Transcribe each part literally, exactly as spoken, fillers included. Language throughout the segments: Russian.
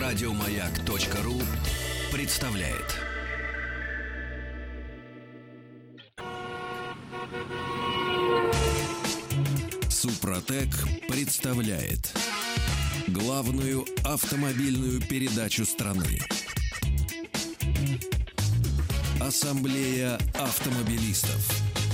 Радиомаяк.ру представляет. Супротек представляет главную автомобильную передачу страны. Ассамблея автомобилистов.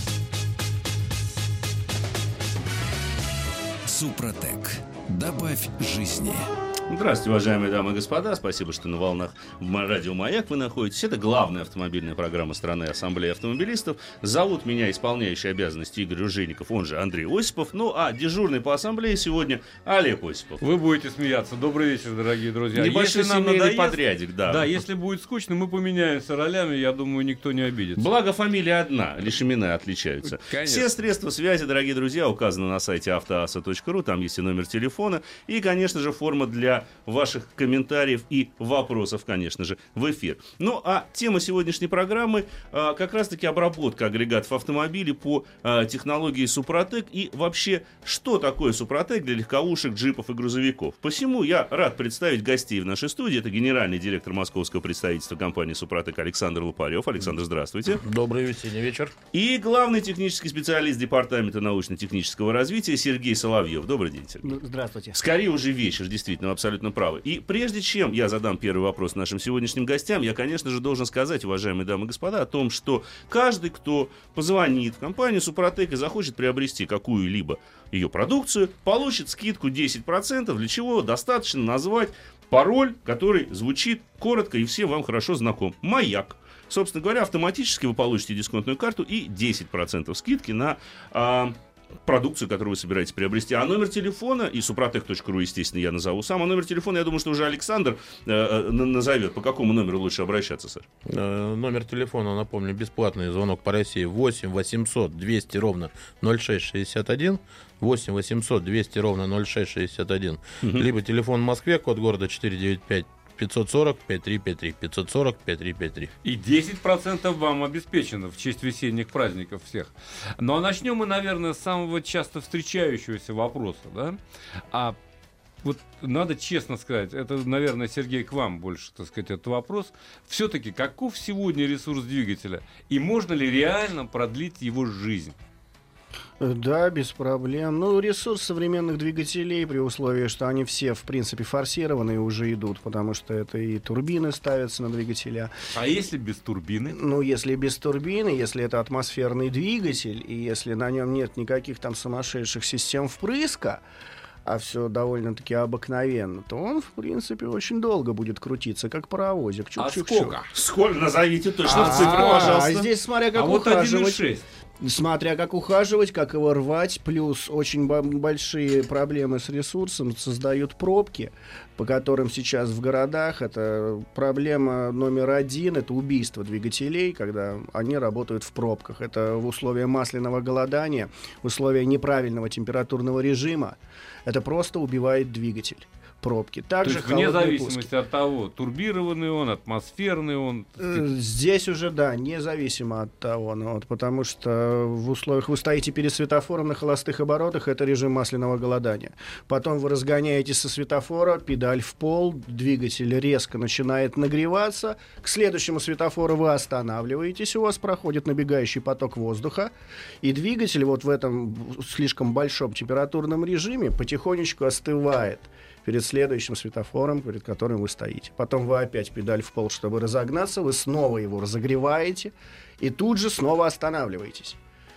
Супротек. Добавь жизни. Здравствуйте, уважаемые дамы и господа. Спасибо, что на волнах радио «Маяк» вы находитесь. Это главная автомобильная программа страны «Ассамблея автомобилистов». Зовут меня исполняющий обязанности Игорь Ружейников, он же Андрей Осипов. Ну, а дежурный по ассамблее сегодня Олег Осипов. Вы будете смеяться. Добрый вечер, дорогие друзья. Небольшой семейный надоест, подрядик, да. Да, если будет скучно, мы поменяемся ролями, я думаю, никто не обидится. Благо, фамилия одна, лишь имена отличаются. Конечно. Все средства связи, дорогие друзья, указаны на сайте автоаса точка ру. Там есть и номер телефона, и, конечно же, форма для ваших комментариев и вопросов, конечно же, в эфир. Ну, а тема сегодняшней программы а, как раз-таки обработка агрегатов автомобилей по а, технологии Супротек и вообще, что такое Супротек для легковушек, джипов и грузовиков. Посему я рад представить гостей в нашей студии. Это генеральный директор московского представительства компании Супротек Александр Лопарев. Александр, здравствуйте. Добрый весенний вечер. И главный технический специалист департамента научно-технического развития Сергей Соловьев. Добрый день, Сергей. Здравствуйте. Скорее уже вечер, действительно, абсолютно правы. И прежде чем я задам первый вопрос нашим сегодняшним гостям, я, конечно же, должен сказать, уважаемые дамы и господа, о том, что каждый, кто позвонит в компанию Супротек и захочет приобрести какую-либо ее продукцию, получит скидку десять процентов, для чего достаточно назвать пароль, который звучит коротко и всем вам хорошо знаком. «Маяк». Собственно говоря, автоматически вы получите дисконтную карту и десять процентов скидки на а, продукцию, которую вы собираетесь приобрести. А номер телефона, и супротек точка ру, естественно, я назову сам. А номер телефона, я думаю, что уже Александр э, назовет. По какому номеру лучше обращаться, сэр? Э, номер телефона, напомню, бесплатный звонок по России восемь восемьсот двести ровно ноль шесть шестьдесят один. восемь восемьсот двести ровно ноль шесть шестьдесят один. Угу. Либо телефон в Москве, код города четыреста девяносто пять. пятьсот сорок пятьдесят три пятьдесят три, пятьсот сорок пятьдесят три пятьдесят три. И десять процентов вам обеспечено в честь весенних праздников всех. Ну а начнем мы, наверное, с самого часто встречающегося вопроса, да? А вот надо честно сказать, это, наверное, Сергей, к вам больше, так сказать, этот вопрос. Все-таки каков сегодня ресурс двигателя? И можно ли реально продлить его жизнь? Да, без проблем. Ну, ресурс современных двигателей, при условии, что они все, в принципе, форсированные уже идут, потому что это и турбины ставятся на двигателя. А если без турбины? Ну, если без турбины, если это атмосферный двигатель, и если на нем нет никаких там сумасшедших систем впрыска, а все довольно-таки обыкновенно, то он, в принципе, очень долго будет крутиться, как паровозик. Чук-чук-чук. А сколько? Сколько? Назовите точно а, в цифры, пожалуйста. А здесь смотря как а вот ухаживать. один и шесть. Смотря как ухаживать, как его рвать, плюс очень большие проблемы с ресурсом создают пробки, по которым сейчас в городах это проблема номер один, это убийство двигателей, когда они работают в пробках. Это в условиях масляного голодания, в условиях неправильного температурного режима. Это просто убивает двигатель. Пробки. Также То есть вне зависимости пуски. от того, турбированный он, атмосферный он. Здесь уже, да, независимо от того, ну, вот, потому что в условиях вы стоите перед светофором на холостых оборотах, это режим масляного голодания. Потом вы разгоняетесь со светофора, педаль в пол, двигатель резко начинает нагреваться, к следующему светофору вы останавливаетесь, у вас проходит набегающий поток воздуха, и двигатель вот в этом слишком большом температурном режиме потихонечку остывает перед следующим светофором, перед которым вы стоите. Потом вы опять педаль в пол, чтобы разогнаться, вы снова его разогреваете и тут же снова останавливаетесь.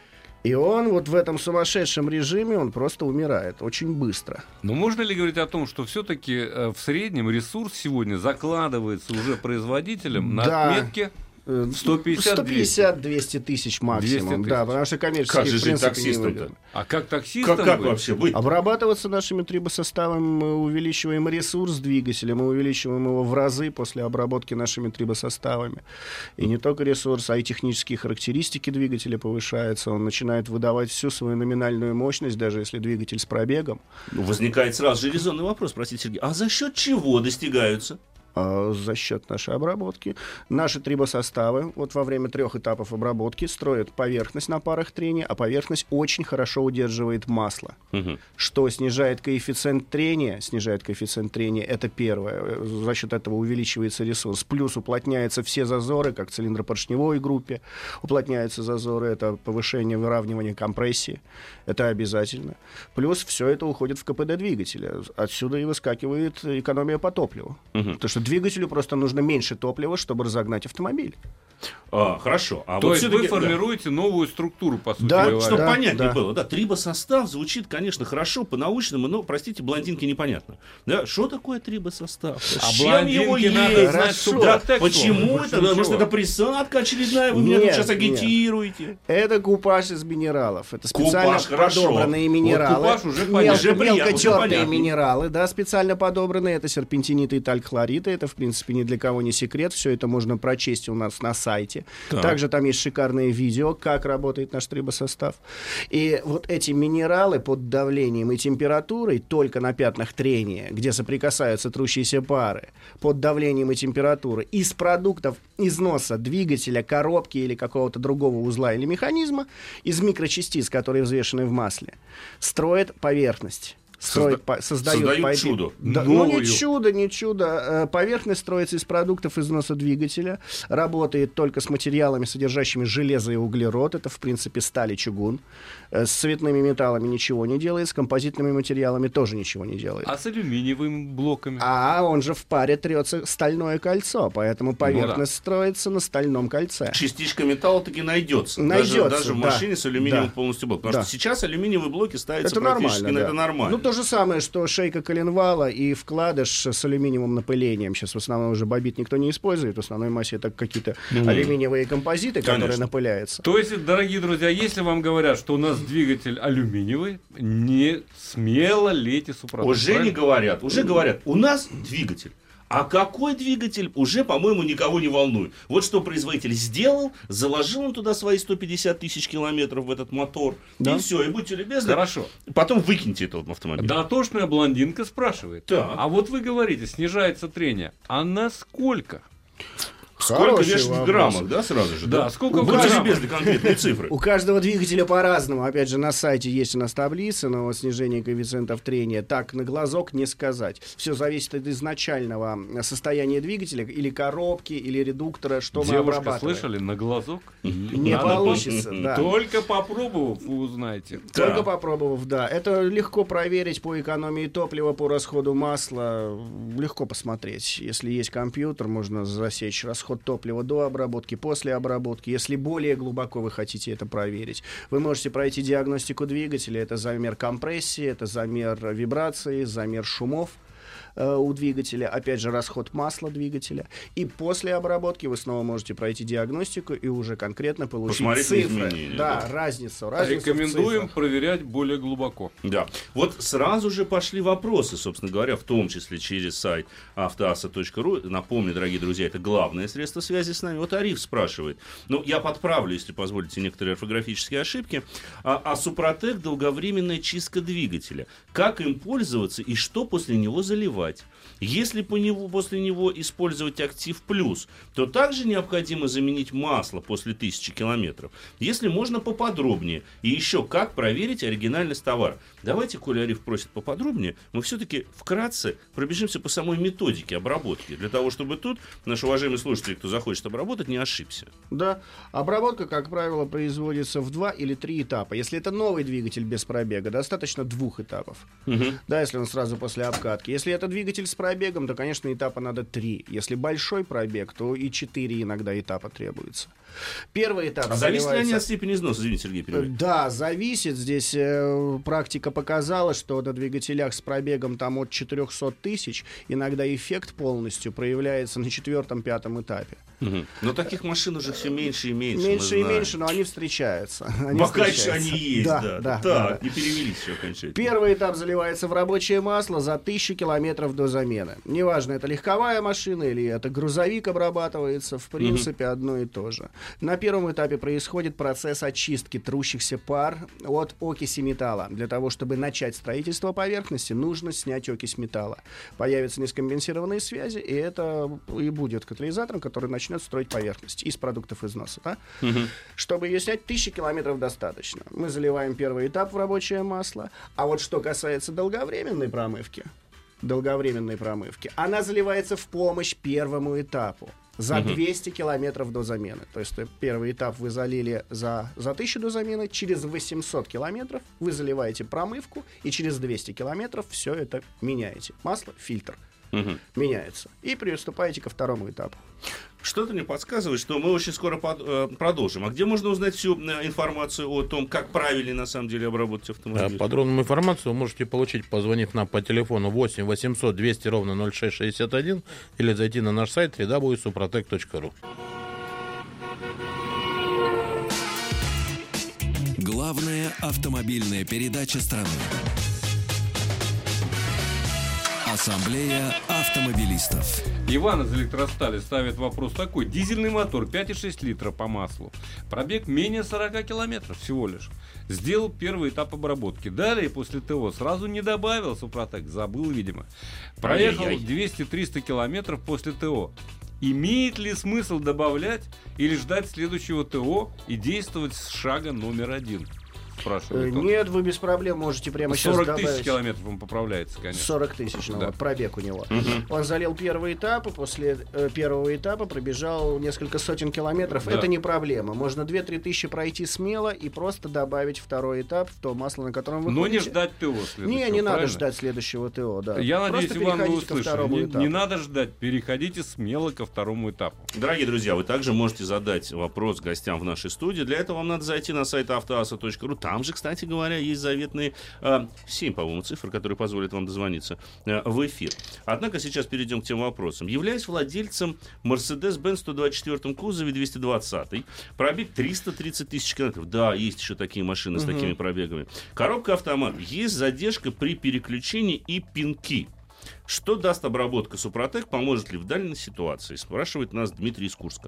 И он вот в этом сумасшедшем режиме, он просто умирает очень быстро. Но можно ли говорить о том, что все-таки э, в среднем ресурс сегодня закладывается уже производителем на да. отметке сто пятьдесят двести тысяч максимум, двести да, потому что коммерчески, как же в принципе, таксистам-то? А как таксистам Как, как быть? вообще быть? Обрабатываться нашими трибосоставами мы увеличиваем ресурс двигателя, мы увеличиваем его в разы после обработки нашими трибосоставами. И не только ресурс, а и технические характеристики двигателя повышаются, он начинает выдавать всю свою номинальную мощность, даже если двигатель с пробегом. Возникает сразу же резонный вопрос, простите, Сергей, а за счет чего достигаются э, за счет нашей обработки. Наши трибосоставы вот во время трех этапов обработки строят поверхность на парах трения, а поверхность очень хорошо удерживает масло, Мгм. что снижает коэффициент трения, снижает коэффициент трения, это первое. За счет этого увеличивается ресурс. Плюс уплотняются все зазоры, как в цилиндропоршневой группе. Уплотняются зазоры, это повышение, выравнивание компрессии. Это обязательно. Плюс все это уходит в КПД двигателя. Отсюда и выскакивает экономия по топливу. Мгм. Потому что двигателю просто нужно меньше топлива, чтобы разогнать автомобиль. А, хорошо. А То вот есть всё-таки- вы да. формируете новую структуру, по сути Да, говоря. Чтобы Да, понятнее да. было, да, трибосостав звучит, конечно, хорошо, по-научному, но, простите, блондинки непонятно. Да, что такое трибосостав? А С чем его блондинки надо есть? знать Хорошо. Супротек Да, слово. почему Больше это? Да, может, ничего. это присадка очередная? Вы меня Нет, тут сейчас нет. агитируете. Это купаж из минералов. Это специально Купаж, хорошо. подобранные Вот минералы. купаж уже Мел- понятно. Уже приятно, мелко уже тертые понятно. минералы, да, специально подобранные. Это серпентиниты и талькхлориты. Это, в принципе, ни для кого не секрет. Все это можно прочесть у нас на сайте. Так. Также там есть шикарные видео, как работает наш трибосостав. И вот эти минералы под давлением и температурой, только на пятнах трения, где соприкасаются трущиеся пары, под давлением и температурой, из продуктов износа двигателя, коробки или какого-то другого узла или механизма, из микрочастиц, которые взвешены в масле, строят поверхность. Строит, по- создают, создают по- чудо. Да, ну, не Новую. чудо, не чудо. Э, Поверхность строится из продуктов износа двигателя, работает только с материалами, содержащими железо и углерод. Это, в принципе, сталь и чугун. Э, С цветными металлами ничего не делает, с композитными материалами тоже ничего не делает. А с алюминиевыми блоками? А он же в паре трется стальное кольцо, поэтому поверхность строится на стальном кольце. Частичка металла таки найдется. Найдется, даже, даже в да. машине с алюминиевым Да. полностью блоком. Потому Да. что сейчас алюминиевые блоки ставятся Это практически нормально, на да. это нормально. Ну, то же самое, что шейка коленвала и вкладыш с алюминиевым напылением. Сейчас в основном уже бобит никто не использует. В основной массе это какие-то алюминиевые композиты, которые Конечно. напыляются. То есть, дорогие друзья, если вам говорят, что у нас двигатель алюминиевый, не смело лейте Супротек. Уже не правильно? говорят, уже говорят, у нас двигатель. А какой двигатель, уже, по-моему, никого не волнует. Вот что производитель сделал, заложил он туда свои сто пятьдесят тысяч километров в этот мотор, Да. и все, и будьте любезны, Хорошо. потом выкиньте этот автомобиль. Дотошная блондинка спрашивает. Так. А вот вы говорите, снижается трение. А насколько? Сколько Хороший вешать в вопрос. граммах, да, сразу же? Да, сколько в Будьте граммах? любезны, конкретные цифры. У каждого двигателя по-разному. Опять же, на сайте есть у нас таблицы на вот снижение коэффициентов трения. Так на глазок не сказать. Все зависит от изначального состояния двигателя или коробки, или редуктора, что мы Девушка, обрабатываем. слышали, на глазок? Не Надо получится, по- да. Только попробовав, вы узнаете. Только Да. попробовав, да. Это легко проверить по экономии топлива, по расходу масла. Легко посмотреть. Если есть компьютер, можно засечь расход топлива до обработки, после обработки. Если более глубоко вы хотите это проверить, вы можете пройти диагностику двигателя. Это замер компрессии, это замер вибрации, замер шумов э, у двигателя, опять же, расход масла двигателя. И после обработки вы снова можете пройти диагностику и уже конкретно получить Посмотреть на цифры. изменения, Да, да. разницу. разницу в Рекомендуем цифрах. проверять более глубоко. Да. Вот сразу же пошли вопросы, собственно говоря, в том числе через сайт автоаса точка ру. Напомню, дорогие друзья, это главное средство связи с нами. Вот Ариф спрашивает. Ну, я подправлю, если позволите, некоторые орфографические ошибки. А, а Супротек — долговременная чистка двигателя. Как им пользоваться и что после него заливать? Если по него, после него использовать Актив Плюс, то также необходимо заменить масло после тысячи километров. Если можно, поподробнее. И еще, как проверить оригинальность товара. Давайте, коли Ариф просит поподробнее, мы все-таки вкратце пробежимся по самой методике обработки, для того, чтобы тут наш уважаемый слушатель, кто захочет обработать, не ошибся. Да, обработка, как правило, производится в два или три этапа. Если это новый двигатель без пробега, достаточно двух этапов. Мгм. Да, если он сразу после обкатки. Если это двигатель с пробегом, то, конечно, этапа надо три. Если большой пробег, то и четыре иногда этапа требуется. Первый этап А зависит ли они заливается- от степени износа? Извините, Сергей, перебью. Да, зависит. Здесь э, практика показала, что на двигателях с пробегом там от четырехсот тысяч иногда эффект полностью проявляется на четвертом-пятом этапе. Мгм. Но таких машин уже все меньше и меньше. Меньше мы и знаем. меньше, но они встречаются. Они Пока еще встречаются. они есть, Да, да. да, так, да, да. не перевелись еще окончательно. Первый этап заливается в рабочее масло за тысячу километров до замены. Неважно, это легковая машина или это грузовик обрабатывается, в принципе, одно и то же. На первом этапе происходит процесс очистки трущихся пар от окиси металла. Для того, чтобы начать строительство поверхности, нужно снять окись металла. Появятся нескомпенсированные связи, и это и будет катализатором, который начнет строить поверхность из продуктов износа. Да? Угу. Чтобы ее снять, тысячи километров достаточно. Мы заливаем первый этап в рабочее масло. А вот что касается долговременной промывки, долговременной промывки, она заливается в помощь первому этапу. За uh-huh. двести километров до замены. То есть первый этап вы залили за, за тысячу до замены, через восемьсот километров вы заливаете промывку, и через двести километров все это меняете. Масло, фильтр uh-huh. меняется. И приступаете ко второму этапу. Что-то мне подсказывает, что мы очень скоро под, э, продолжим. А где можно узнать всю э, информацию о том, как правильно на самом деле обработать автомобиль? Подробную информацию вы можете получить, позвонив нам по телефону восемь восемьсот двести ровно ноль шесть шестьдесят один или зайти на наш сайт дабл ю дабл ю дабл ю точка супротек точка ру. Главная автомобильная передача страны. Ассамблея автомобилистов. Иван из Электростали ставит вопрос такой. Дизельный мотор пять и шесть литра по маслу. Пробег менее сорок километров всего лишь. Сделал первый этап обработки. Далее, после ТО, сразу не добавил Супротек. Забыл, видимо. Проехал двести-триста километров после ТО. Имеет ли смысл добавлять или ждать следующего ТО и действовать с шага номер один? Спрашивает он. Нет, вы без проблем можете прямо сейчас добавить. сорок тысяч километров он поправляется, конечно. сорок тысяч, ну да. вот, пробег у него. Угу. Он залил первый этап, и после э, первого этапа пробежал несколько сотен километров. Да. Это не проблема. Можно две-три тысячи пройти смело и просто добавить второй этап в то масло, на котором вы Но ходите. не ждать ТО следующего. Не, не правильно? Надо ждать следующего ТО, да. Я просто надеюсь, Иван, вы услышали. Не, этапу. не надо ждать, переходите смело ко второму этапу. Дорогие друзья, вы также можете задать вопрос гостям в нашей студии. Для этого вам надо зайти на сайт автоаса точка ру. Там же, кстати говоря, есть заветные э, семь, по-моему, цифр, которые позволят вам дозвониться э, в эфир. Однако сейчас перейдем к тем вопросам. Являюсь владельцем Mercedes-Benz сто двадцать четыре кузове двести двадцать, пробег триста тридцать тысяч километров. Да, есть еще такие машины с uh-huh. такими пробегами. Коробка автомат. Есть задержка при переключении и пинки. Что даст обработка Супротек? Поможет ли в данной ситуации? Спрашивает нас Дмитрий из Курска.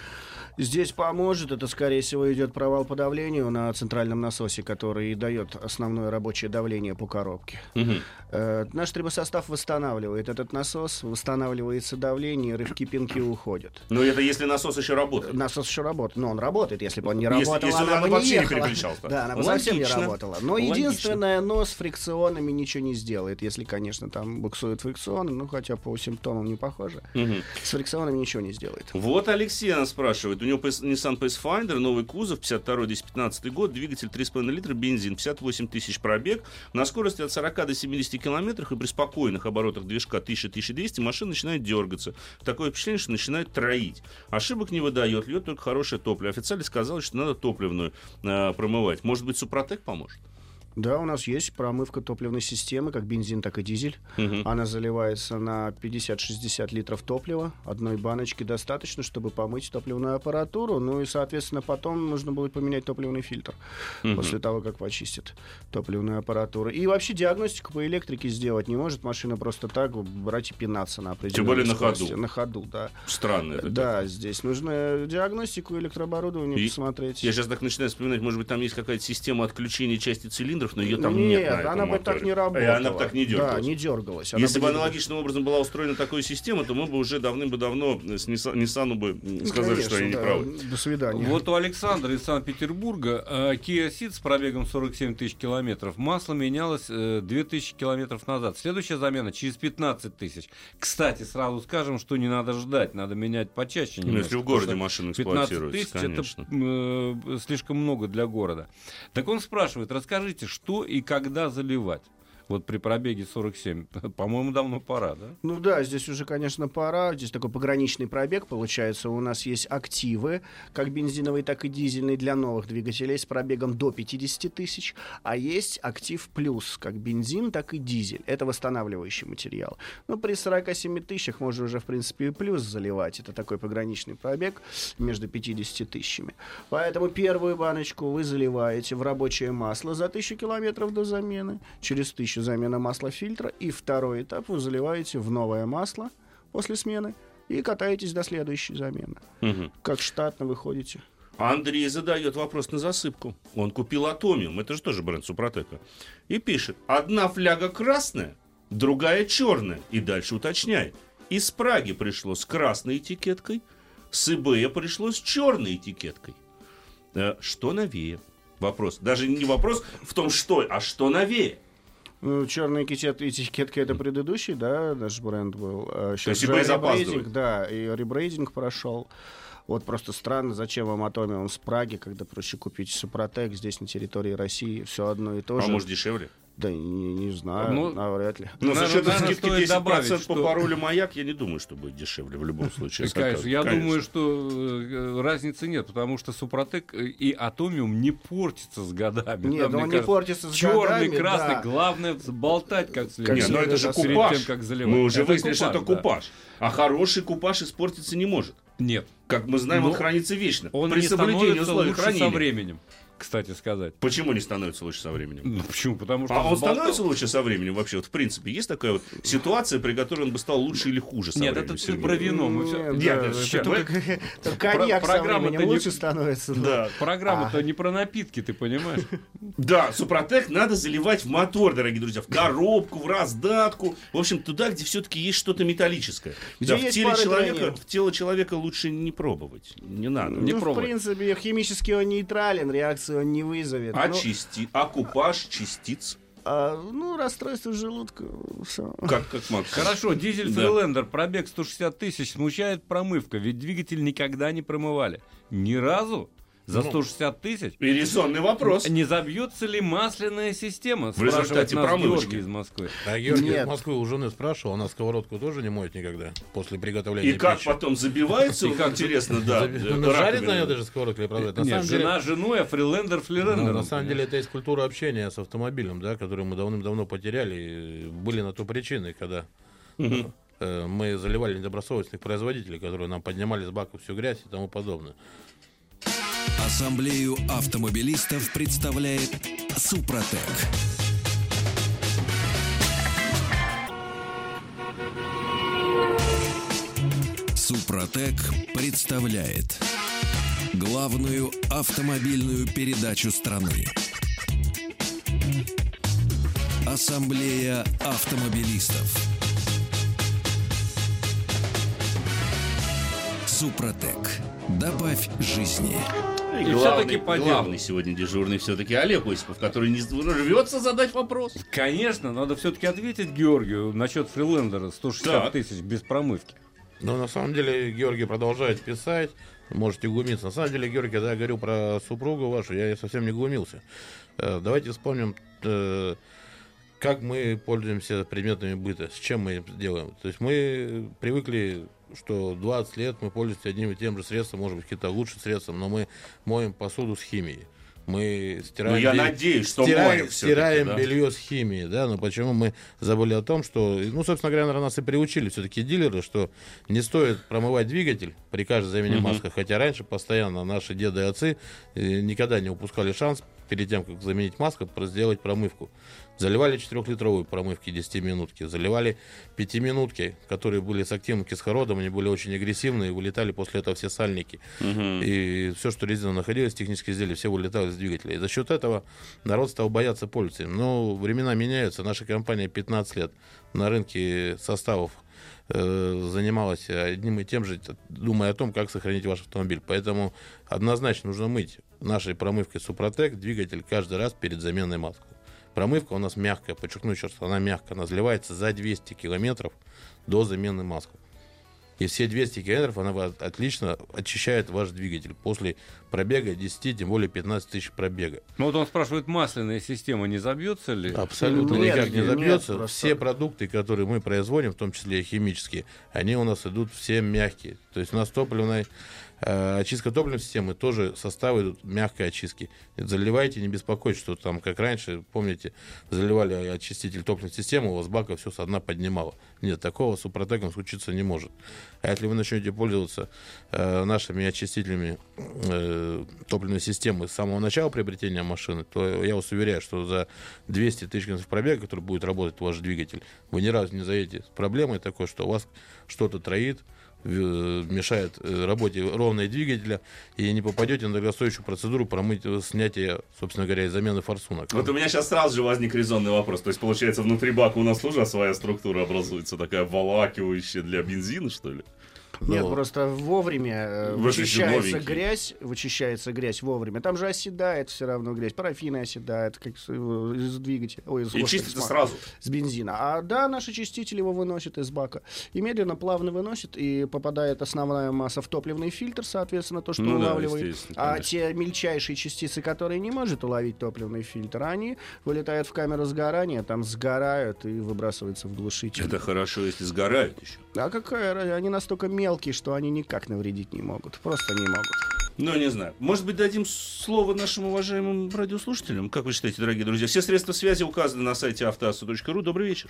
Здесь поможет. Это, скорее всего, идет провал по давлению на центральном насосе, который и дает основное рабочее давление по коробке. Угу. Э, наш трибосостав восстанавливает этот насос, восстанавливается давление, рывки пинки уходят. Но это если насос еще работает. Насос еще работает. Но он работает. Если бы он не работал, если, если она бы вообще не ехала. не переключался. Да, она бы Логично. совсем не работала. Но Логично. Единственное, но с фрикционами ничего не сделает. Если, конечно, там буксуют фрикционы, ну, хотя по симптомам не похоже. Угу. С фрикционами ничего не сделает. Вот Алексей нас спрашивает. У него Nissan Pathfinder, новый кузов, пятьдесят второй - двести пятнадцатый год, двигатель три с половиной литра, бензин, пятьдесят восемь тысяч пробег. На скорости от сорока до семидесяти километров и при спокойных оборотах движка тысяча - тысяча двести машина начинает дергаться. Такое впечатление, что начинает троить. Ошибок не выдает, льет только хорошее топливо. Официально сказали, что надо топливную э, промывать. Может быть, Супротек поможет? Да, у нас есть промывка топливной системы, как бензин, так и дизель. Uh-huh. Она заливается на пятьдесят-шестьдесят литров топлива. Одной баночки достаточно, чтобы помыть топливную аппаратуру. Ну и, соответственно, потом нужно будет поменять топливный фильтр uh-huh. после того, как почистит топливную аппаратуру. И вообще диагностику по электрике сделать не может машина просто так брать и пинаться на определенной Тем более скорости. на ходу. На ходу, да. Странно это. Да, так. Здесь нужно диагностику электрооборудования и посмотреть. Я сейчас так начинаю вспоминать, может быть, там есть какая-то система отключения части цилиндров, но ее там нет. Нет, на она бы так не работала. И она бы так не дергалась. Да, не дергалась. Она Если бы аналогичным образом была устроена такая система, то мы бы уже давным-давно с Nissan бы сказали, Конечно, что они да. не правы. До свидания. Вот у Александра из Санкт-Петербурга э, Kia Ceed с пробегом сорок семь тысяч километров. Масло менялось э, две тысячи километров назад. Следующая замена через пятнадцать тысяч. Кстати, сразу скажем, что не надо ждать. Надо менять почаще. Ну, если в городе машина эксплуатируется, пятнадцать тысяч это э, слишком много для города. Так он спрашивает, расскажите, что и когда заливать? Вот при пробеге сорок семь, по-моему, давно пора, да? Ну да, здесь уже, конечно, пора. Здесь такой пограничный пробег получается. У нас есть активы, как бензиновый, так и дизельный, для новых двигателей с пробегом до пятидесяти тысяч. А есть актив плюс, как бензин, так и дизель. Это восстанавливающий материал. Но при сорока семи тысячах можно уже, в принципе, и плюс заливать. Это такой пограничный пробег между пятьюдесятью тысячами. Поэтому первую баночку вы заливаете в рабочее масло за тысячу километров до замены. Через тысячу замена масла фильтра, и второй этап вы заливаете в новое масло после смены и катаетесь до следующей замены. Мгм. Как штатно выходите. Андрей задает вопрос на засыпку. Он купил Атомиум, это же тоже бренд Супротека. И пишет: одна фляга красная, другая черная. И дальше уточняет: из Праги пришло с красной этикеткой, с eBay пришло с черной этикеткой. Э, что новее? Вопрос. Даже не вопрос в том, что, а что новее. Ну, черная этикетка, этикетка это предыдущий, да, наш бренд был. А сейчас есть же eBay ребрейдинг, запаздывает. да, и ребрейдинг прошел. Вот просто странно, зачем вам Атомиум с Праги, когда проще купить Супротек здесь на территории России, все одно и то же. А может дешевле? Да не, не знаю, Ну, навряд ли. Но Наверное, с учетом наверное, скидки стоит десять процентов добавить, по что- паролю «Маяк», я не думаю, что будет дешевле в любом случае. Конечно, я Конечно. думаю, что э, разницы нет, потому что Супротек и Атомиум не портится с годами. Нет, Да, ну мне он не кажется, портится с черный, годами, красный, да. главное взболтать как следует. Нет, ну это же Перед купаж. тем, как заливать. Мы уже Это выяснили, что это купаж, да. купаж. А хороший купаж испортиться не может. Нет, Как мы знаем, Ну, он хранится вечно. он При не соблюдении становится условий лучше со хранения. временем, кстати сказать. Почему не становится лучше со временем? Ну, почему? Потому что А он взболтал. становится лучше со временем вообще? Вот в принципе, есть такая вот ситуация, при которой он бы стал лучше или хуже со Нет, временем? это ты Сергей? про вино. Мы всё- Нет, Нет, да, это это ща- только, только коньяк Про- со программа-то временем не- лучше становится. Да. Программа-то не про напитки, ты понимаешь? Да, Супротек надо заливать в мотор, дорогие друзья, в коробку, в раздатку. В общем, туда, где все-таки есть что-то металлическое. Где Да, в, есть теле пара человека, граней. в тело человека лучше не пробовать. Не надо. Не Ну, в пробуй. принципе, химически он нейтрален, реакцию он не вызовет. А Ну, части, а купаж частиц. а, ну, расстройство желудка, все. Как, как Макс? Хорошо, дизель Да. Фрилендер, пробег сто шестьдесят тысяч, смущает промывка, ведь двигатель никогда не промывали. Ни разу? За Ну, сто шестьдесят тысяч? И резонный вопрос. Не забьется ли масляная система? В результате Спрашивает нас промывочки. Георгий из Москвы. А Георгий Нет. из Москвы у жены спрашивал, она сковородку тоже не моет никогда после приготовления И как пищи. потом забивается, И вот как интересно, да. Заби- э, Ну, жарит раковина. на нее даже сковородку или продает? На Нет, самом деле- жена женой, а Фрилендер Ну, Фрилендером. на самом деле это есть культура общения с автомобилем, да, которую мы давным-давно потеряли. И были на то причины, когда э, мы заливали недобросовестных производителей, которые нам поднимали с бака всю грязь и тому подобное. Ассамблею автомобилистов представляет Супротек. Супротек представляет главную автомобильную передачу страны. Ассамблея автомобилистов. Супротек. Добавь жизни. И И главный, всё-таки по делу. главный сегодня дежурный все-таки Олег Осипов, который не рвется задать вопрос. Конечно, надо все-таки ответить Георгию насчет Фрилендера сто шестьдесят Так. тысяч без промывки. Но на самом деле Георгий продолжает писать, можете глумиться. На самом деле, Георгий, когда я говорил про супругу вашу, я совсем не глумился. Э, Давайте вспомним, э, как мы пользуемся предметами быта, с чем мы это делаем. То есть мы привыкли, что двадцать лет мы пользуемся одним и тем же средством, может быть, какие-то лучше средством, но мы моем посуду с химией. Мы стираем, Ну, я бе- надеюсь, что стираем, моем всё-таки, стираем да. белье с химией, да, но почему мы забыли о том, что, ну, собственно говоря, наверное, нас и приучили все-таки дилеры, что не стоит промывать двигатель при каждой замене Мгм. маска, хотя раньше постоянно наши деды и отцы э, никогда не упускали шанс перед тем, как заменить маску, про- сделать промывку. Заливали четырехлитровые промывки десятиминутки, заливали пятиминутки, которые были с активным кислородом, они были очень агрессивные, вылетали после этого все сальники. И все, что резина находилась, технические изделия, все вылетало из двигателя. И за счет этого народ стал бояться пользоваться им. Но времена меняются. Наша компания пятнадцать лет на рынке составов э, занималась одним и тем же, думая о том, как сохранить ваш автомобиль. Поэтому однозначно нужно мыть нашей промывкой Супротек двигатель каждый раз перед заменой маски. Промывка у нас мягкая, подчеркну еще раз, она мягкая, она заливается за двести километров до замены маски. И все двести километров она ва- отлично очищает ваш двигатель после пробега десять, тем более пятнадцать тысяч пробега. Ну вот он спрашивает, масляная система не забьется ли? Абсолютно Нет, никак не нет, забьется. просто- Все продукты, которые мы производим, в том числе и химические, они у нас идут все мягкие. То есть у нас топливная э, очистка топливной системы тоже составы идут мягкой очистки. Заливайте, не беспокойтесь, что там, как раньше, помните, заливали очиститель топливной системы, у вас бака все со дна поднимало. Нет, такого с Супротеком случиться не может. А если вы начнете пользоваться э, нашими очистителями э, топливной системы с самого начала приобретения машины, то я вас уверяю, что за двести тысяч километров пробега, который будет работать ваш двигатель, вы ни разу не заедете с проблемой такой, что у вас что-то троит, мешает работе ровной двигателя, и не попадете на дорогостоящую процедуру промыть, снятия, собственно говоря, и замены форсунок. Вот у меня сейчас сразу же возник резонный вопрос. То есть, получается, внутри бака у нас уже своя структура образуется, такая обволакивающая для бензина, что ли? Нет, Ну, просто вовремя Вы же вычищается новенький. грязь, вычищается грязь вовремя. Там же оседает все равно грязь, парафины оседает как с- из двигателя, ой, из, И господи, чистится с ма- сразу. с бензина. А да, наш очиститель его выносит из бака и медленно, плавно выносит, и попадает основная масса в топливный фильтр, соответственно, то, что Ну да, улавливает. естественно, А конечно. те мельчайшие частицы, которые не может уловить топливный фильтр, они вылетают в камеру сгорания, там сгорают и выбрасываются в глушитель. Это хорошо, если сгорают еще. А какая разница? Они настолько мелкие, что они никак навредить не могут. Просто не могут. Ну, не знаю. Может быть, дадим слово нашим уважаемым радиослушателям? Как вы считаете, дорогие друзья? Все средства связи указаны на сайте автоасу точка ру. Добрый вечер.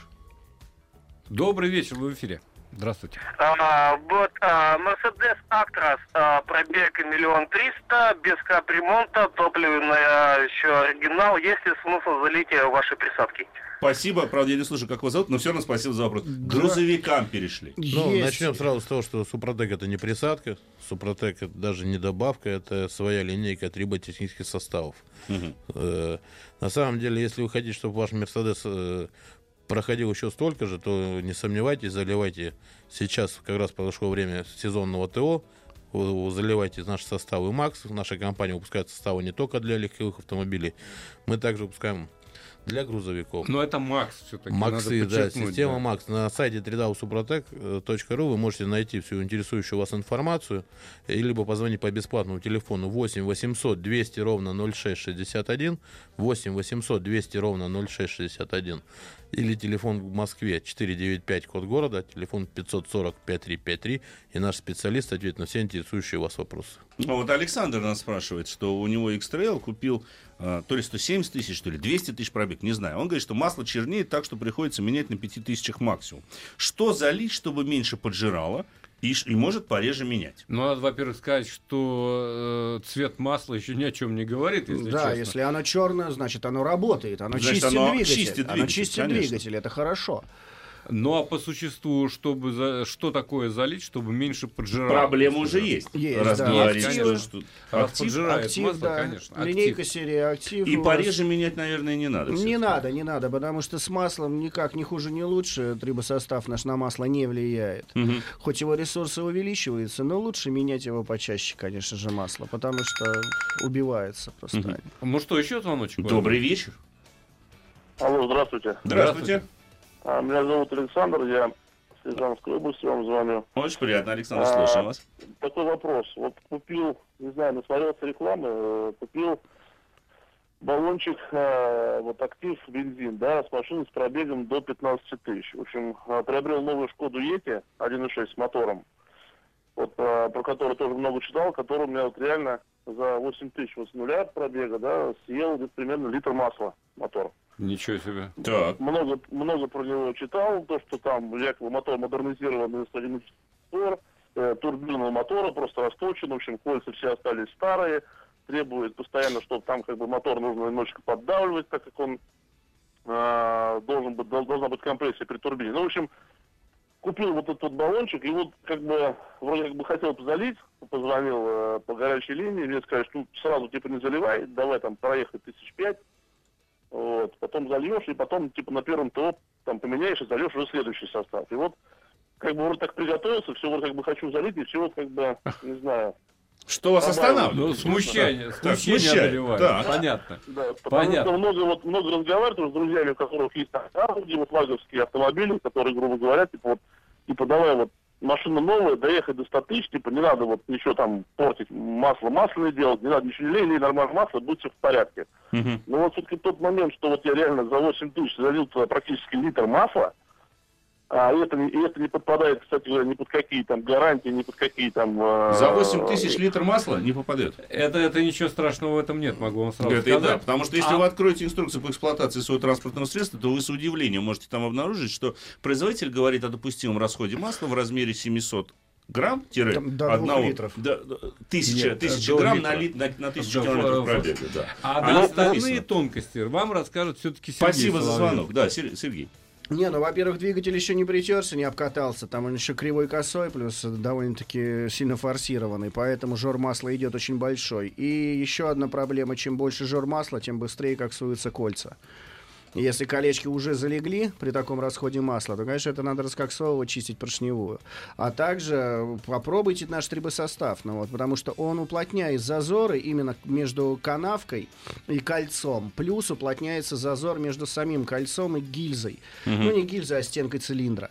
Добрый вечер, вы в эфире. Здравствуйте. А, вот а, Mercedes Actros, а, пробег миллион триста, без капремонта, топливная еще оригинал. Есть ли смысл залить в ваши присадки? Спасибо. Правда, я не слышу, как вас зовут, но все равно спасибо за вопрос. К грузовикам перешли. Ну, Есть. начнем сразу с того, что Супротек это не присадка, Супротек это даже не добавка, это своя линейка триботехнических составов. Мгм. Э, На самом деле, если вы хотите, чтобы ваш Мерседес э, проходил еще столько же, то не сомневайтесь, заливайте сейчас, как раз подошло время сезонного ТО, вы заливайте наши составы МАКС. Наша компания выпускает составы не только для легковых автомобилей, мы также выпускаем для грузовиков. Но это Макс все-таки. Максы, да, система Макс. На сайте три дабл ю супротек точка ру вы можете найти всю интересующую вас информацию, и либо позвонить по бесплатному телефону восемь восемьсот двести ровно ноль шесть шестьдесят один, восемь восемьсот двести ровно ноль шесть шестьдесят один, или телефон в Москве четыреста девяносто пять, код города, телефон пятьсот сорок пятьдесят три пятьдесят три, и наш специалист ответит на все интересующие вас вопросы. Ну, вот Александр нас спрашивает, что у него X-Trail купил а, то ли сто семьдесят тысяч, то ли двести тысяч пробег, не знаю. Он говорит, что масло чернеет так, что приходится менять на пяти тысячах максимум. Что залить, чтобы меньше поджирало и, ш- и может пореже менять? Ну, надо, во-первых, сказать, что э, цвет масла еще ни о чем не говорит, если да, честно. если оно черное, значит оно работает, оно Значит, чистит оно двигатель. чистит оно двигатель, чистит конечно. двигатель, это хорошо. Ну, а по существу, чтобы за... что такое залить, чтобы меньше поджирало? Проблема уже есть. Есть, Раз да. говорить, Актив, что, что Раз актив, поджирает Актив, масло, да. конечно. Актив. Линейка серии актив. и у вас- пореже менять, наверное, не надо. Не всё-таки. надо, не надо, потому что с маслом никак не хуже, не лучше. Трибосостав наш на масло не влияет. Мгм. Хоть его ресурсы увеличиваются, но лучше менять его почаще, конечно же, масло, потому что убивается просто. Мгм. они. Ну что, еще звоночек? Добрый вечер. Алло, здравствуйте. Здравствуйте. А, меня зовут Александр, я с Рязанской области вам звоню. Очень приятно, Александр, А, слушаем вас. Такой вопрос. Вот купил, не знаю, насмотрелся рекламы, э, купил баллончик, э, вот актив бензин, да, с машины с пробегом до пятнадцати тысяч. В общем, э, приобрел новую Шкоду Ети один и шесть с мотором, вот, э, про которую тоже много читал, который у меня вот реально за восемь тысяч вот с нуля пробега, да, съел где-то примерно литр масла мотор. Ничего себе. Так. Много, много про него читал, то, что там якобы мотор модернизирован, мотор, э, турбина мотора просто расточен, в общем, кольца все остались старые, требует постоянно, чтобы там как бы мотор нужно немножечко поддавливать, так как он э, должен быть, дол- должна быть компрессия при турбине. Ну, в общем, купил вот этот вот баллончик, и вот как бы вроде как бы хотел залить, позвонил э, по горячей линии, мне сказали, что ну, сразу типа не заливай, давай там проехать тысяч пять. Вот, потом зальешь, и потом, типа, на первом ТО там поменяешь и зальешь уже следующий состав. И вот, как бы, вроде так приготовился, все вот как бы хочу залить, и все вот как бы, не знаю. Что вас останавливает? Ну, смущение, Так, смущение смущает, одолевает. так. Понятно. Да, потому Понятно. что много, вот, много разговариваю с друзьями, у которых есть Audi, вот ваговские автомобили, которые, грубо говоря, типа, вот, типа, давай вот, машина новая, доехать до ста тысяч, типа, не надо вот ничего там портить, масло масляное делать, не надо ничего не лей, лей нормальное масло, будет все в порядке. Мгм. Но вот все-таки тот момент, что вот я реально за восемь тысяч залил туда практически литр масла, а это, не- и это не подпадает, кстати говоря, ни под какие там гарантии, ни под какие там... э, За восемь тысяч литров масла не попадет. Это, это ничего страшного в этом нет, могу вам сразу Это и да, сказать. потому что если А- вы откроете инструкцию по эксплуатации своего транспортного средства, то вы с удивлением можете там обнаружить, что производитель говорит о допустимом расходе масла в размере семьсот грамм тире Там до двух одного- литров. да, да, тысяча, Нет, тысяча до грамм литра. на, ли- на, на тысячу Да, километров в- пробега. Да. А Оно на остальные написано. тонкости вам расскажет все-таки Сергей Спасибо за Соловьев. звонок. Да, Сер- Сергей. Не, ну, во-первых, двигатель еще не притерся, не обкатался. Там он еще кривой косой, плюс довольно-таки сильно форсированный. Поэтому жор масла идет очень большой. И еще одна проблема. Чем больше жор масла, тем быстрее коксуются кольца. Если колечки уже залегли при таком расходе масла, то, конечно, это надо раскоксовывать, чистить поршневую. А также попробуйте наш трибосостав, ну, вот, потому что он уплотняет зазоры именно между канавкой и кольцом. Плюс уплотняется зазор между самим кольцом и гильзой. Mm-hmm. Ну, не гильзой, а стенкой цилиндра.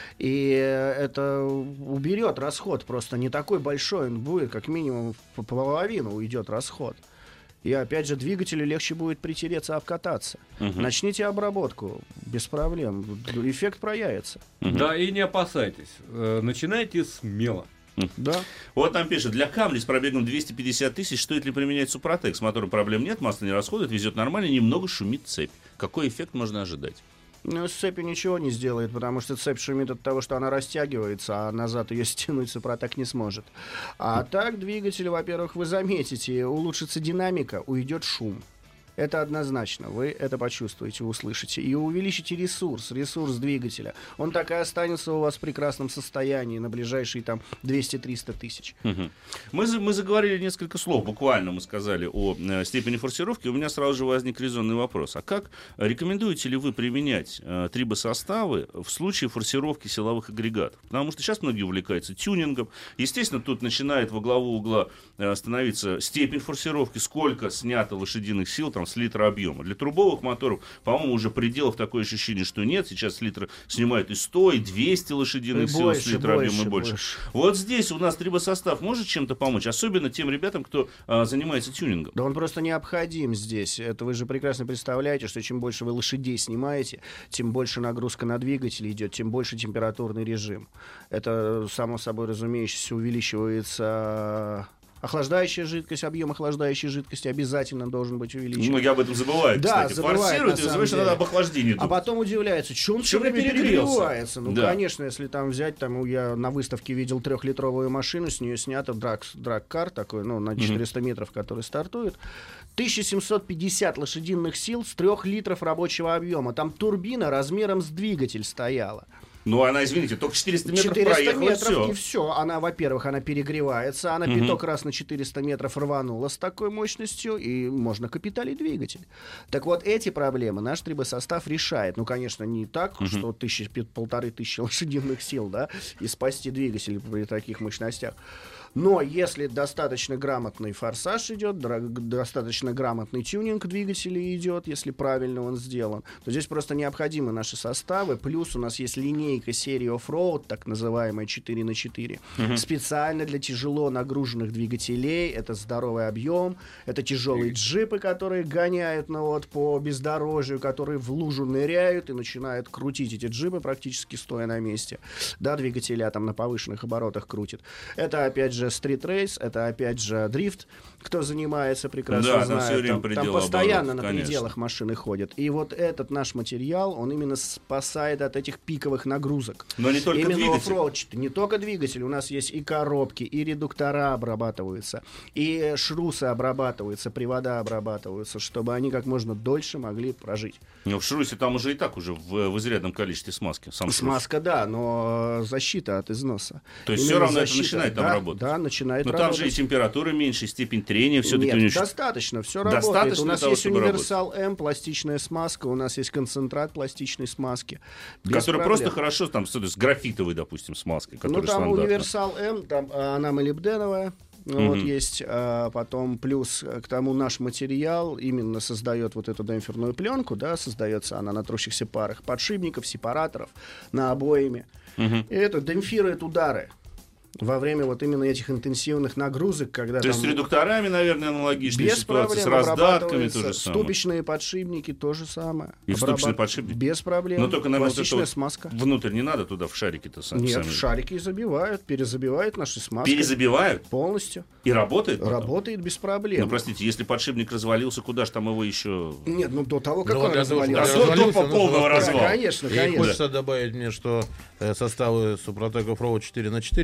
И это уберет расход. Просто не такой большой он будет, как минимум в половину уйдет расход. И опять же, двигателю легче будет притереться, обкататься. Угу. Начните обработку, без проблем. Эффект проявится. Угу. Да, и не опасайтесь. Начинайте смело. Да. Вот там пишет, для Камри с пробегом двести пятьдесят тысяч стоит ли применять Супротек? С мотором проблем нет, масло не расходует, везет нормально, немного шумит цепь. Какой эффект можно ожидать? Ну, с цепью ничего не сделает, потому что цепь шумит от того, что она растягивается, а назад ее стянуть Супротек не сможет. А так, двигатель, во-первых, вы заметите, улучшится динамика, уйдет шум. Это однозначно, вы это почувствуете, услышите. И увеличите ресурс, ресурс двигателя. Он так и останется у вас в прекрасном состоянии на ближайшие там двести-триста тысяч. Угу. Мы, мы заговорили несколько слов, буквально мы сказали о э, степени форсировки. У меня сразу же возник резонный вопрос. А как рекомендуете ли вы применять э, трибосоставы в случае форсировки силовых агрегатов? Потому что сейчас многие увлекаются тюнингом. Естественно, тут начинает во главу угла э, становиться степень форсировки, сколько снято лошадиных сил, там, с литра объема. Для трубовых моторов, по-моему, уже пределов такое ощущение, что нет. Сейчас с литра снимают и сто, и двести лошадиных и сил больше, с литра больше, объема и больше. больше. Вот здесь у нас трибосостав может чем-то помочь, особенно тем ребятам, кто а, занимается тюнингом. Да он просто необходим здесь. Это вы же прекрасно представляете, что чем больше вы лошадей снимаете, тем больше нагрузка на двигатель идет, тем больше температурный режим. Это, само собой разумеющееся, увеличивается... Охлаждающая жидкость, объем охлаждающей жидкости обязательно должен быть увеличен. Многие об этом забывают, да, кстати. Забывают, форсируют и забывают, что надо об охлаждении думать. А потом удивляются, что он все время перегревается. Ну, да. Конечно, если там взять, там я на выставке видел трехлитровую машину, с нее снято драг-кар такой, ну, на четыреста метров, который стартует. тысяча семьсот пятьдесят лошадиных сил с трех литров рабочего объема. Там турбина размером с двигатель стояла. Ну, она, извините, только четыреста метров четыреста проехала, метров, все. И все. Она, во-первых, она перегревается, она угу. пяток раз на четыреста метров рванула с такой мощностью, и можно капиталить двигатель. Так вот, эти проблемы наш трибосостав решает. Ну, конечно, не так, угу. что тысячи, полторы тысячи лошадиных сил, да, и спасти двигатель при таких мощностях. Но если достаточно грамотный форсаж идет, достаточно грамотный тюнинг двигателя идет, если правильно он сделан, то здесь просто необходимы наши составы. Плюс у нас есть линейка серии Offroad, так называемая четыре на четыре, uh-huh. специально для тяжело нагруженных двигателей. Это здоровый объем, это тяжелые джипы, которые гоняют ну, вот, по бездорожью, которые в лужу ныряют и начинают крутить эти джипы, практически стоя на месте. Да, двигателя там на повышенных оборотах крутит. Это опять же стрит-рейс, это опять же дрифт, кто занимается, прекрасно да, знает. Там, там, там постоянно оборотов, на пределах машины ходят. И вот этот наш материал, он именно спасает от этих пиковых нагрузок. Но не только именно двигатель. Оффроуд, не только двигатель. У нас есть и коробки, и редуктора обрабатываются, и шрусы обрабатываются, привода обрабатываются, чтобы они как можно дольше могли прожить. Но в шрусе там уже и так уже в, в изрядном количестве смазки. Сам Смазка, шрус. Да, но защита от износа. То есть именно все равно защита, это начинает там да, работать? Да, начинает но работать. там же и температура меньше, и степень трения все-таки. Нет, достаточно, все достаточно работает. У нас того, есть универсал М, пластичная смазка, у нас есть концентрат пластичной смазки. Который просто хорошо, там, с графитовой, допустим, смазкой. Ну, там стандартно. универсал М, там она молибденовая. Mm-hmm. Вот есть, а, потом плюс к тому наш материал именно создает вот эту демпферную пленку, да, создается она на трущихся парах подшипников, сепараторов, на обоями. Mm-hmm. И это демпфирует удары во время вот именно этих интенсивных нагрузок, когда то там... есть с редукторами, наверное, аналогичная без ситуация, проблем, с раздатками то же самое. Ступичные подшипники то же самое. И Обрабат... ступичный подшипник? Без проблем. Но только, наверное, пластичная вот смазка. Внутрь не надо туда в шарики-то сами. Нет, в шарики забивают, перезабивают наши смазки. Перезабивают? Полностью. И работает? Потом? Работает без проблем. Ну, простите, если подшипник развалился, куда же там его еще... Нет, ну до того, как ну, он развалился. До, до полного развала. Конечно, и конечно. хочется добавить мне, что э, составы Супротек Offroad четыре на четыре были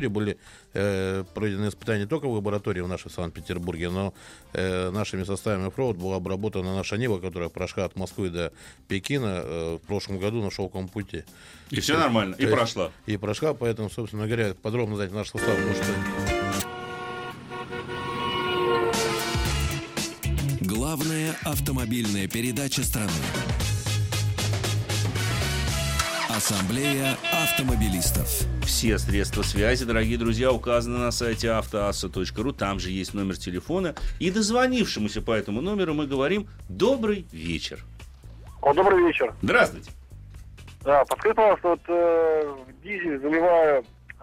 э, пройдены испытания не только в лаборатории в нашей в Санкт-Петербурге, но э, нашими составами оффроуд была обработана наша Нива, которая прошла от Москвы до Пекина э, в прошлом году на шелковом пути. И все нормально, и есть, прошла. И прошла, поэтому, собственно говоря, подробно знать наш состав, потому что... Главная автомобильная передача страны. Ассамблея автомобилистов. Все средства связи, дорогие друзья, указаны на сайте автоасса точка ру. Там же есть номер телефона. И дозвонившемуся по этому номеру мы говорим «Добрый вечер». О, добрый вечер. Здравствуйте. Да, подскажите, пожалуйста, вот э, в дизель заливаю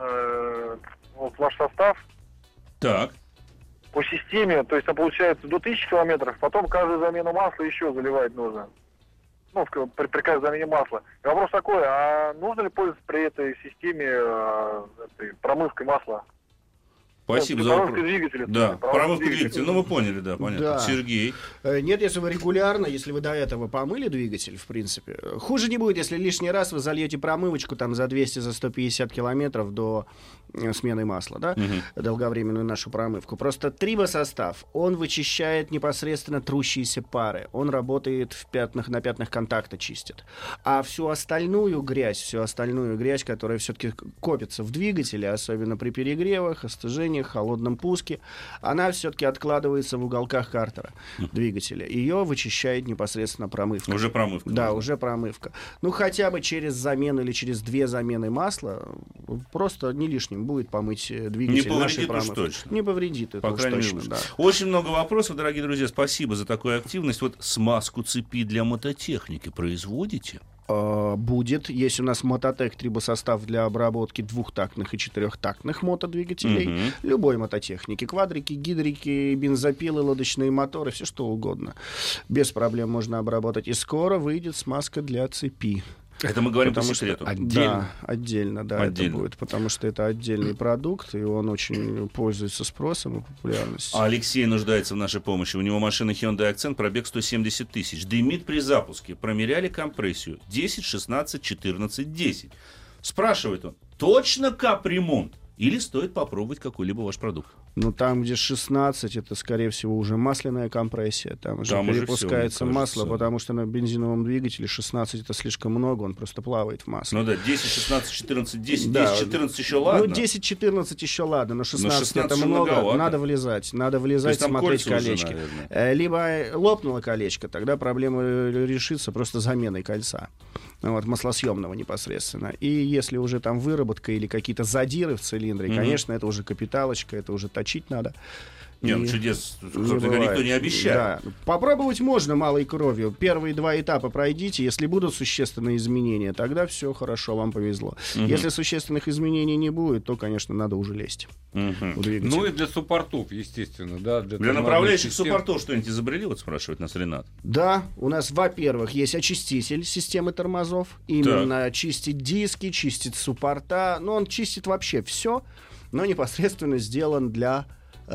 э, вот ваш состав Так. по системе, то есть, а получается до тысячи километров, потом каждую замену масла еще заливать нужно. Ну, в- при, при каждой замене масла. И вопрос такой, а нужно ли пользоваться при этой системе э, этой промывкой масла? Спасибо Ну, за промывкой вопрос. двигателя. Да, Промывкой промывка двигателя. двигателя. Ну, мы поняли, да, понятно. Да. Сергей. Э, Нет, если вы регулярно, если вы до этого помыли двигатель, в принципе, э, хуже не будет, если лишний раз вы зальете промывочку там за двести, за сто пятьдесят километров до э, смены масла, да, долговременную нашу промывку. Просто трибосостав, он вычищает непосредственно трущиеся пары, он работает в пятнах, на пятнах контакта чистит. А всю остальную грязь, всю остальную грязь, которая все-таки копится в двигателе, особенно при перегревах, остыжениях, холодном пуске, она все-таки откладывается в уголках картера двигателя. Ее вычищает непосредственно промывка. Уже промывка. Да, нужна. уже промывка. Ну, хотя бы через замену или через две замены масла просто не лишним будет помыть э, двигатель Не нашей повредит уж промывкой. точно. Не повредит, это По уж крайней точно, мере, да. Очень много вопросов, дорогие друзья. Спасибо за такую активность. Вот смазку цепи для мототехники производите? А, будет. Есть у нас Мототек трибосостав для обработки двухтактных и четырехтактных мотодвигателей. Мгм. Любой мототехники. Квадрики, гидрики, бензопилы, лодочные моторы, все что угодно. Без проблем можно обработать. И скоро выйдет смазка для цепи. Это мы говорим Потому по что- секрету. Да, отдельно, да, Отдельно. это будет. Потому что это отдельный продукт, и он очень пользуется спросом и популярностью. А Алексей нуждается в нашей помощи. У него машина Hyundai Accent, пробег сто семьдесят тысяч. Дымит при запуске. Промеряли компрессию. десять, шестнадцать, четырнадцать, десять. Спрашивает он, точно капремонт? Или стоит попробовать какой-либо ваш продукт? Но там, где шестнадцать, это, скорее всего, уже масляная компрессия. Там уже Там уже перепускается всё, мне масло, кажется. потому что на бензиновом двигателе шестнадцать это слишком много, он просто плавает в масле. Ну да, десять, шестнадцать, четырнадцать, десять, Да. десять, четырнадцать еще ладно. Ну, десять-четырнадцать еще ладно, но шестнадцать, шестнадцать это уже много. многовато. Надо влезать, надо То есть влезать, там смотреть кольца уже, колечки. наверное. Э, Либо лопнуло колечко, тогда проблема решится просто заменой кольца. Вот, маслосъемного непосредственно. И если уже там выработка или какие-то задиры в цилиндре, Мгм. конечно, это уже капиталочка, это уже точить надо. Не, ну И чудес, не собственно говоря, никто бывает. не обещает. Да. Попробовать можно малой кровью. Первые два этапа пройдите. Если будут существенные изменения, тогда все хорошо, вам повезло. Мгм. Если существенных изменений не будет, то, конечно, надо уже лезть Мгм. в двигатель. Ну и для суппортов, естественно, да. Для, Для тормозных направляющих систем. суппортов что-нибудь изобрели, вот спрашивает нас Ренат. Да, у нас, во-первых, есть очиститель системы тормозов. Именно чистит диски, чистит суппорта. Ну, он чистит вообще все, но непосредственно сделан для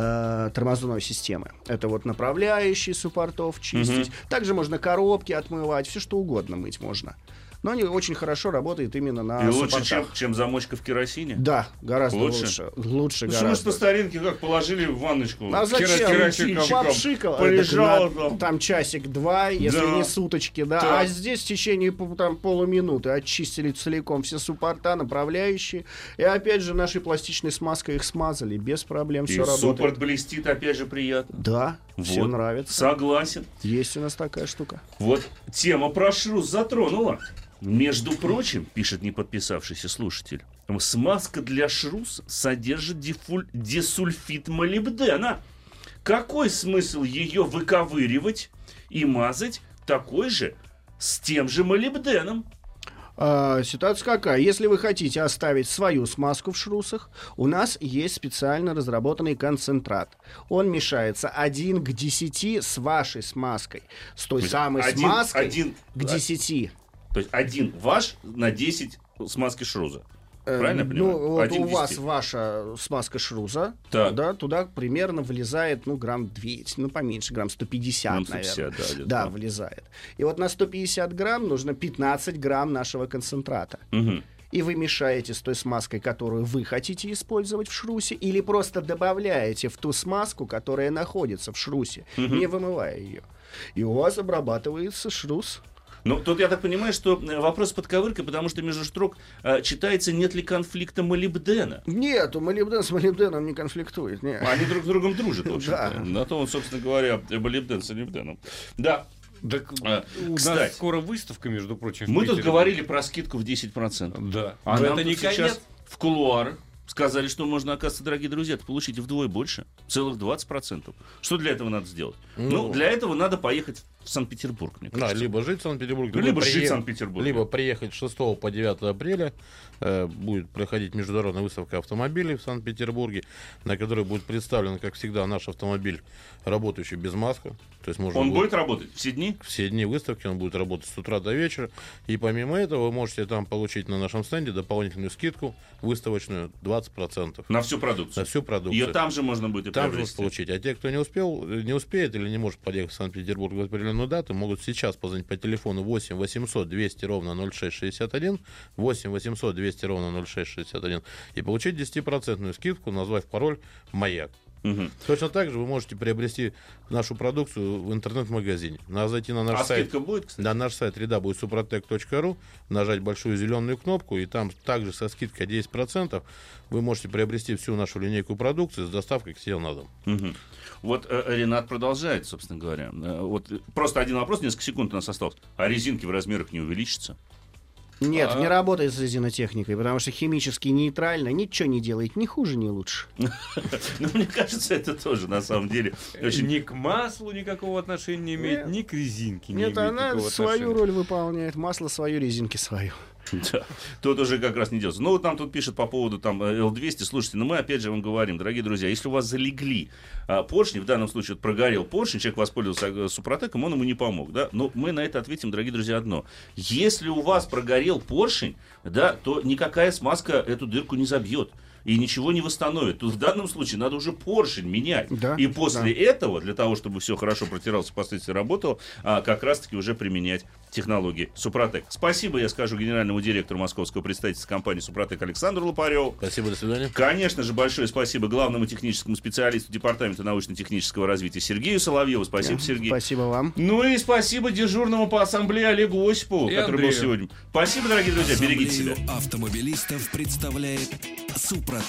э, тормозной системы. Это вот направляющие суппортов чистить. Также можно коробки отмывать, все что угодно мыть можно. Но они очень хорошо работают именно на И лучше, суппортах. чем, чем замочка в керосине? Да, гораздо Лучше? лучше. Лучше, Ну, что мы ж гораздо. по старинке как положили в ванночку. А зачем? Керосинчиком Попшикал, полежал это на- там. там часик-два, если Да. не суточки, да. Так. А здесь в течение пол- там, полуминуты очистили целиком все суппорта, направляющие. И опять же нашей пластичной смазкой их смазали. Без проблем И все суппорт работает. блестит, опять же, приятно. Да, все Вот. нравится. Согласен. Есть у нас такая штука. Вот тема про шрус затронула. Между прочим, пишет неподписавшийся слушатель, смазка для шрус содержит дефуль- десульфид молибдена. Какой смысл ее выковыривать и мазать такой же с тем же молибденом? А, ситуация какая? Если вы хотите оставить свою смазку в шрусах, у нас есть специально разработанный концентрат. Он мешается один к десяти с вашей смазкой. С той То есть самой один- смазкой один- к десяти. То есть один ваш на десять смазки шруза. Э, Правильно я понимаю? Ну, вот Один у к вас десяти. ваша смазка шруза, Так. да, туда примерно влезает, ну, грамм двести, ну, поменьше, грамм сто пятьдесят, Грамм сто наверное. пятьдесят, да, где-то да, так. влезает. И вот на сто пятьдесят грамм нужно пятнадцать грамм нашего концентрата. Мгм. и вы мешаете с той смазкой, которую вы хотите использовать в шрусе, или просто добавляете в ту смазку, которая находится в шрусе, угу. не вымывая ее. И у вас обрабатывается шрус. Ну, тут я так понимаю, что вопрос под ковыркой, потому что между строк э, читается, нет ли конфликта молибдена. Нет, молибден с молибденом не конфликтует. Нет. Они друг с другом дружат, в общем-то. Да. На то он, собственно говоря, молибден с молибденом. Да. Так, а, у кстати, нас скоро выставка, между прочим. Мы тут говорили про скидку в десять процентов. Да. А Но нам это не сейчас конец. В кулуарах сказали, что можно, оказывается, дорогие друзья, получить вдвое больше, целых двадцать процентов. Что для этого надо сделать? Ну, ну для этого надо поехать в Санкт-Петербург, мне кажется. Да, либо жить в Санкт-Петербурге, либо, либо приех... жить в Санкт-Петербурге. Либо приехать с шестого по девятое апреля. Э, будет проходить международная выставка автомобилей в Санкт-Петербурге, на которой будет представлен, как всегда, наш автомобиль, работающий без маски. То есть можно он будет... будет работать все дни? Все дни выставки, он будет работать с утра до вечера. И помимо этого вы можете там получить на нашем стенде дополнительную скидку выставочную двадцать процентов. На всю продукцию? На всю продукцию. Ее там же можно будет и там приобрести. же получить. А те, кто не успел, не успеет или не может подъехать в Санкт-Петербург в определенную дату, могут сейчас позвонить по телефону восемь восемьсот двести ровно ноль шесть шестьдесят один, восемь восемьсот двести ровно ноль шесть шестьдесят один и получить десять процентов скидку, назвав пароль «Маяк». Угу. Точно так же вы можете приобрести нашу продукцию в интернет-магазине. Надо зайти на наш а сайт. скидка будет, кстати? На наш сайт дабл ю дабл ю дабл ю точка супротек точка ру, нажать большую зеленую кнопку, и там также со скидкой десять процентов вы можете приобрести всю нашу линейку продукции с доставкой к себе на дом. Угу. Вот э, Ренат продолжает, собственно говоря. Э, вот просто один вопрос, несколько секунд у нас осталось. А резинки в размерах не увеличатся? Нет, а... не работает с резинотехникой, потому что химически нейтрально, ничего не делает, ни хуже, ни лучше. Ну, мне кажется, это тоже, на самом деле, очень... Ни к маслу никакого отношения не имеет, ни к резинке не имеет Нет, она никакого свою отношения. роль выполняет, масло свою, резинки свою. Да, тут уже как раз не делается. Ну, вот нам тут пишет по поводу там эл двести. Слушайте, ну мы опять же вам говорим, дорогие друзья, если у вас залегли а, поршни, в данном случае вот прогорел поршень, человек воспользовался Супротеком, он ему не помог, да? Но мы на это ответим, дорогие друзья, одно. Если у вас прогорел поршень, да, то никакая смазка эту дырку не забьет. И ничего не восстановит. Тут в данном случае надо уже поршень менять. Да, и после да. этого, для того, чтобы все хорошо протиралось, впоследствии работало, а, как раз-таки уже применять технологии Супротек. Спасибо, я скажу, генеральному директору московского представительства компании Супротек Александру Лопареву. Спасибо, до свидания. Конечно же, большое спасибо главному техническому специалисту Департамента научно-технического развития Сергею Соловьеву. Спасибо, Сергей. Спасибо вам. Ну и спасибо дежурному по ассамблее Олегу Осипову, И который Андрею. был сегодня. Спасибо, дорогие друзья, берегите себя. Ассамблею автомобилистов представляет Супротек.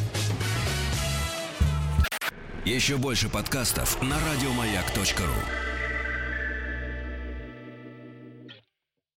Еще больше подкастов на радиомаяк точка ру.